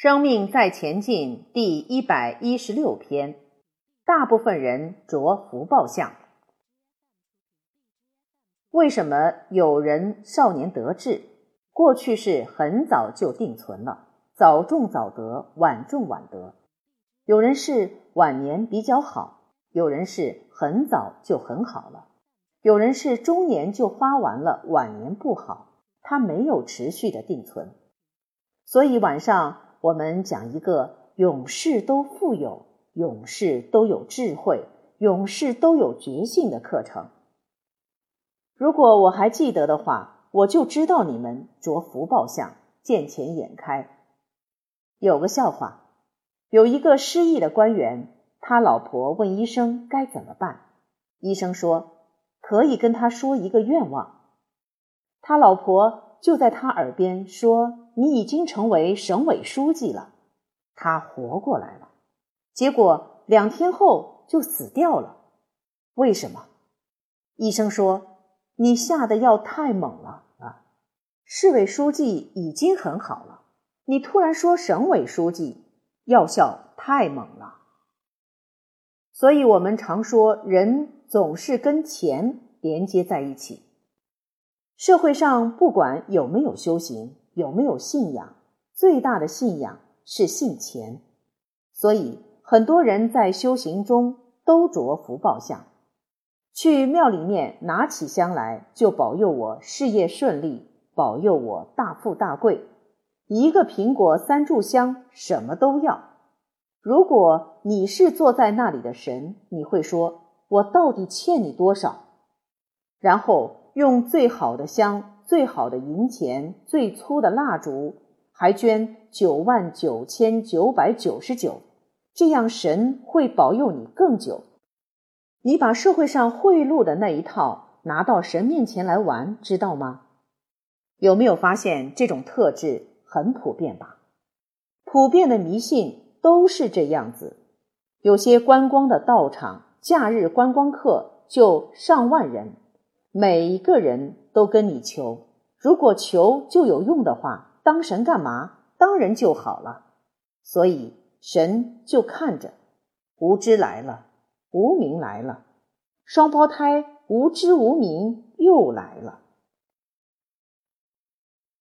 生命在前进第116篇，大部分人着福报相。为什么有人少年得志，过去是很早就定存了，早种早得，晚种晚得？有人是晚年比较好，有人是很早就很好了，有人是中年就花完了，晚年不好，他没有持续的定存。所以晚上我们讲一个永世都富有，永世都有智慧，永世都有觉性的课程。如果我还记得的话，我就知道你们着福报相，见钱眼开。有个笑话，有一个失忆的官员，他老婆问医生该怎么办。医生说可以跟他说一个愿望。他老婆就在他耳边说，你已经成为省委书记了。他活过来了，结果2天后就死掉了。为什么？医生说，你下的药太猛了啊！市委书记已经很好了，你突然说省委书记，药效太猛了。所以我们常说，人总是跟钱连接在一起。社会上不管有没有修行，有没有信仰，最大的信仰是信钱。所以很多人在修行中都着福报相，去庙里面拿起香来，就保佑我事业顺利，保佑我大富大贵。1个苹果3炷香，什么都要。如果你是坐在那里的神，你会说，我到底欠你多少？然后用最好的香，最好的银钱，最粗的蜡烛，还捐99999，这样神会保佑你更久。你把社会上贿赂的那一套拿到神面前来玩，知道吗？有没有发现这种特质很普遍吧？普遍的迷信都是这样子。有些观光的道场，假日观光客就上万人，每一个人都跟你求，如果求就有用的话，当神干嘛？当人就好了。所以神就看着，无知来了，无明来了，双胞胎无知无明又来了。